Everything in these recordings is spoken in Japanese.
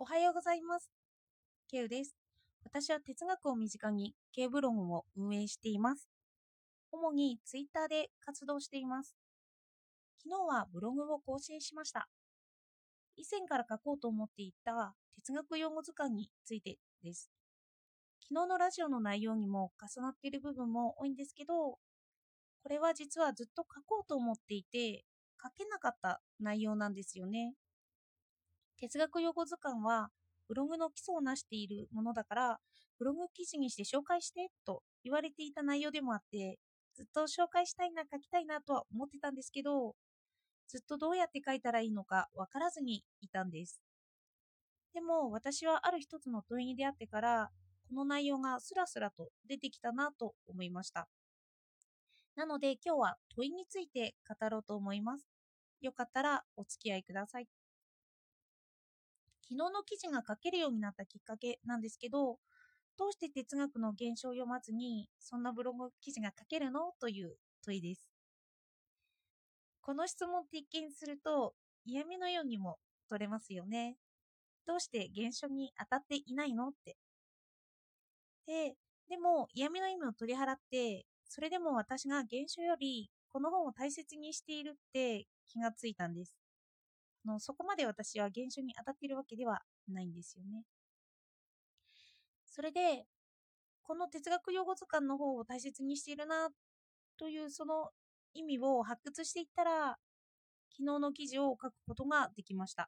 おはようございます。ケウです。私は哲学を身近にケウブログを運営しています。主にツイッターで活動しています。昨日はブログを更新しました。以前から書こうと思っていた哲学用語図鑑についてです。昨日のラジオの内容にも重なっている部分も多いんですけど、これは実はずっと書こうと思っていて、書けなかった内容なんですよね。哲学用語図鑑はブログの基礎をなしているものだからブログ記事にして紹介してと言われていた内容でもあってずっと紹介したいな書きたいなとは思ってたんですけどずっとどうやって書いたらいいのかわからずにいたんです。でも私はある一つの問いに出会ってからこの内容がスラスラと出てきたなと思いました。なので今日は問いについて語ろうと思います。よかったらお付き合いください。昨日の記事が書けるようになったきっかけなんですけど、どうして哲学の現象を読まずにそんなブログ記事が書けるのという問いです。この質問って一見すると嫌味のようにも取れますよね。どうして現象に当たっていないのって。で、でも嫌味の意味を取り払って、それでも私が現象よりこの本を大切にしているって気がついたんです。そこまで私は現象に当たっているわけではないんですよね。それで、この哲学用語図鑑の方を大切にしているなというその意味を発掘していったら、昨日の記事を書くことができました。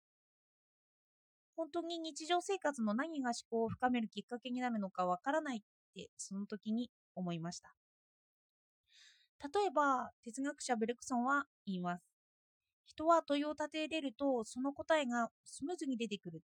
本当に日常生活の何が思考を深めるきっかけになるのかわからないってその時に思いました。例えば、哲学者ベルクソンは言います。人は問いを立てれるとその答えがスムーズに出てくるって。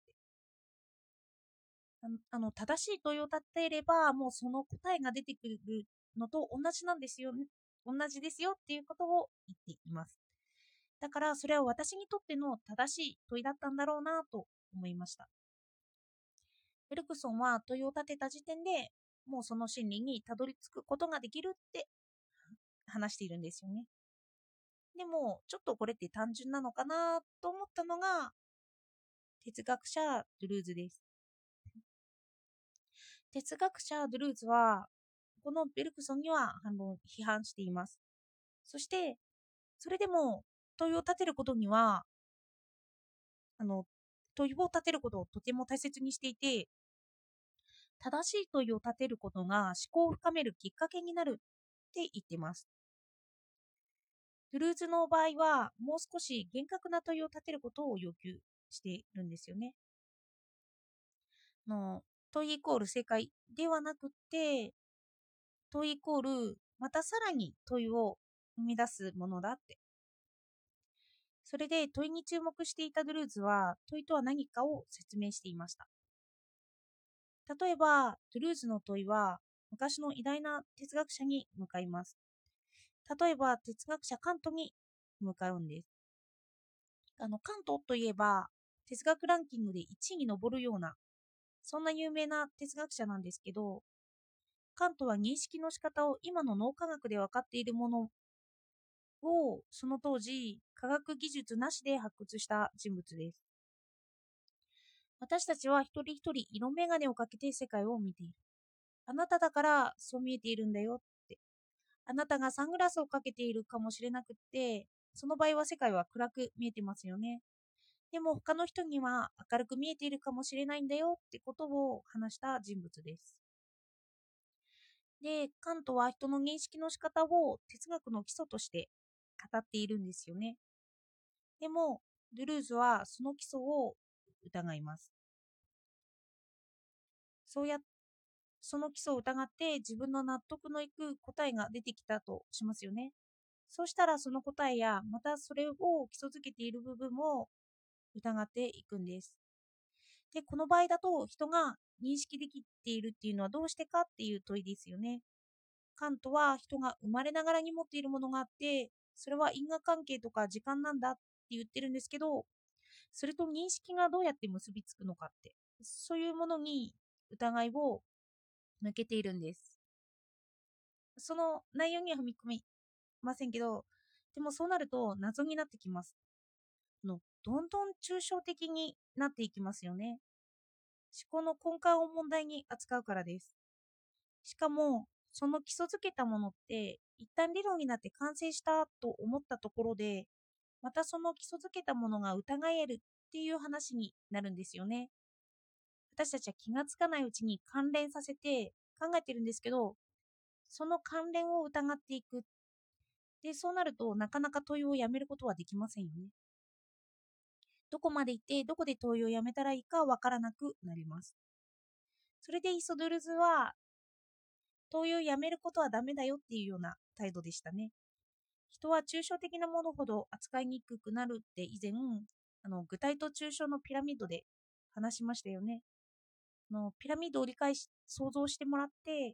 正しい問いを立てればもうその答えが出てくるのと同じなんですよ、同じですよっていうことを言っています。だからそれは私にとっての正しい問いだったんだろうなと思いました。ベルクソンは問いを立てた時点でもうその真理にたどり着くことができるって話しているんですよね。でもちょっとこれって単純なのかなと思ったのが哲学者ドゥルーズです。哲学者ドゥルーズはこのベルクソンには反論批判しています。そしてそれでも問いを立てることにはあの問いを立てることをとても大切にしていて、正しい問いを立てることが思考を深めるきっかけになるって言ってます。ドゥルーズの場合はもう少し厳格な問いを立てることを要求しているんですよね。の問いイコール正解ではなくて、問いイコールまたさらに問いを生み出すものだって。それで問いに注目していたドゥルーズは問いとは何かを説明していました。例えば、ドゥルーズの問いは昔の偉大な哲学者に向かいます。例えば、哲学者カントに向かうんです。カントといえば、哲学ランキングで1位に上るような、そんな有名な哲学者なんですけど、カントは認識の仕方を今の脳科学で分かっているものをその当時科学技術なしで発掘した人物です。私たちは一人一人色眼鏡をかけて世界を見ている。あなただからそう見えているんだよって。あなたがサングラスをかけているかもしれなくって、その場合は世界は暗く見えてますよね。でも他の人には明るく見えているかもしれないんだよってことを話した人物です。で、カントは人の認識の仕方を哲学の基礎として語っているんですよね。でも、ドゥルーズはその基礎を疑います。そうやその基礎を疑って自分の納得のいく答えが出てきたとしますよね。そうしたらその答えやまたそれを基礎づけている部分も疑っていくんです。で、この場合だと人が認識できているっていうのはどうしてかっていう問いですよね。カントは人が生まれながらに持っているものがあって、それは因果関係とか時間なんだって言ってるんですけど、それと認識がどうやって結びつくのかって、そういうものに疑いを向けているんです。その内容には踏み込みませんけど、でもそうなると謎になってきます。 どんどん抽象的になっていきますよね。思考の根幹を問題に扱うからです。しかも、その基礎づけたものって、一旦理論になって完成したと思ったところで、またその基礎づけたものが疑えるっていう話になるんですよね。私たちは気がつかないうちに関連させて考えてるんですけど、その関連を疑っていく。で、そうなるとなかなか問いをやめることはできませんよね。どこまで行ってどこで問いをやめたらいいかわからなくなります。それでイソドゥルズは問いをやめることはダメだよっていうような態度でしたね。人は抽象的なものほど扱いにくくなるって以前、具体と抽象のピラミッドで話しましたよね。ピラミッドを理解し、想像してもらって、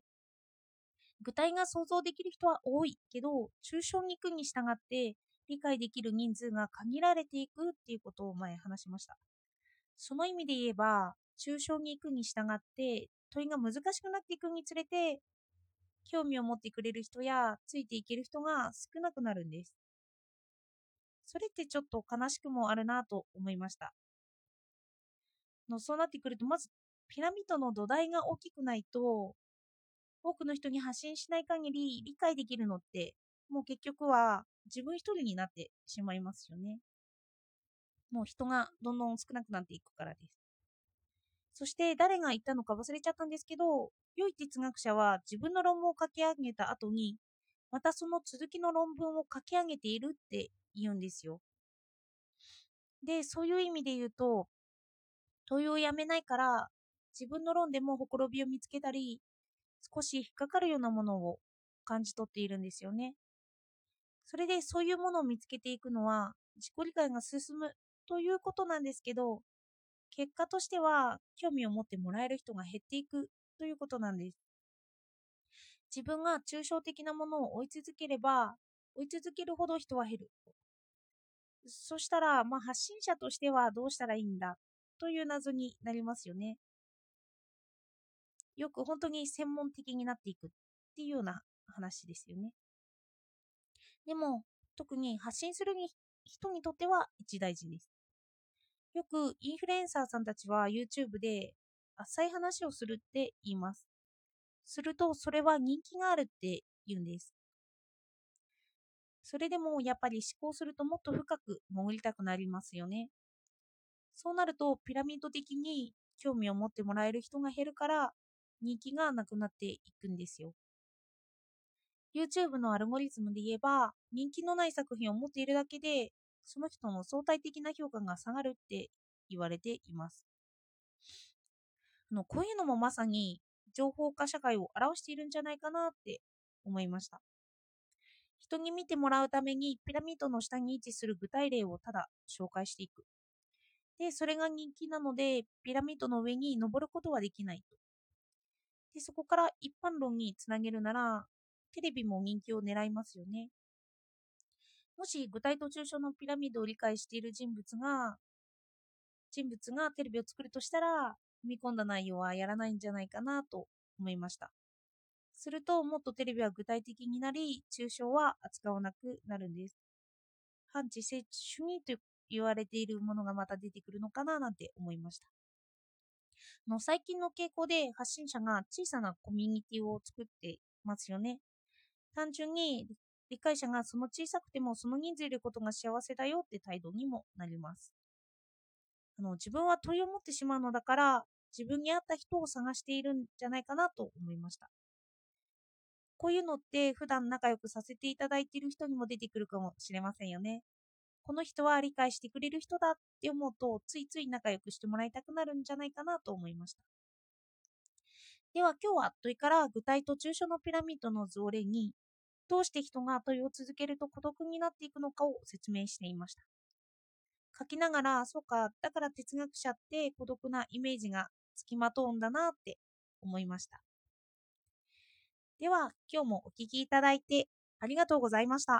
具体が想像できる人は多いけど、抽象に行くに従って理解できる人数が限られていくっていうことを前話しました。その意味で言えば、抽象に行くに従って問いが難しくなっていくにつれて、興味を持ってくれる人やついていける人が少なくなるんです。それってちょっと悲しくもあるなと思いました。そうなってくると、まずピラミッドの土台が大きくないと、多くの人に発信しない限り理解できるのって、もう結局は自分一人になってしまいますよね。もう人がどんどん少なくなっていくからです。そして誰が言ったのか忘れちゃったんですけど、良い哲学者は自分の論文を書き上げた後に、またその続きの論文を書き上げているって言うんですよ。で、そういう意味で言うと、問いをやめないから、自分の論でもほころびを見つけたり、少し引っかかるようなものを感じ取っているんですよね。それでそういうものを見つけていくのは自己理解が進むということなんですけど、結果としては興味を持ってもらえる人が減っていくということなんです。自分が抽象的なものを追い続ければ、追い続けるほど人は減る。そしたら、発信者としてはどうしたらいいんだという謎になりますよね。よく本当に専門的になっていくっていうような話ですよね。でも、特に発信する人にとっては一大事です。よくインフルエンサーさんたちは YouTube で浅い話をするって言います。すると、それは人気があるって言うんです。それでもやっぱり思考するともっと深く潜りたくなりますよね。そうなるとピラミッド的に興味を持ってもらえる人が減るから人気がなくなっていくんですよ。YouTube のアルゴリズムで言えば人気のない作品を持っているだけでその人の相対的な評価が下がるって言われています。こういうのもまさに情報化社会を表しているんじゃないかなって思いました。人に見てもらうためにピラミッドの下に位置する具体例をただ紹介していく。で、それが人気なので、ピラミッドの上に登ることはできないと。で、そこから一般論につなげるなら、テレビも人気を狙いますよね。もし具体と抽象のピラミッドを理解している人物がテレビを作るとしたら、踏み込んだ内容はやらないんじゃないかなと思いました。すると、もっとテレビは具体的になり、抽象は扱わなくなるんです。反知性主義と言われているものがまた出てくるのかななんて思いました。最近の傾向で発信者が小さなコミュニティを作ってますよね。単純に理解者がその小さくてもその人数いることが幸せだよって態度にもなります。自分は問いを持ってしまうのだから自分に合った人を探しているんじゃないかなと思いました。こういうのって普段仲良くさせていただいている人にも出てくるかもしれませんよね。この人は理解してくれる人だって思うとついつい仲良くしてもらいたくなるんじゃないかなと思いました。では今日は問いから具体と抽象のピラミッドの図を例にどうして人が問いを続けると孤独になっていくのかを説明していました。書きながら、そうか、だから哲学者って孤独なイメージがつきまとうんだなって思いました。では今日もお聞きいただいてありがとうございました。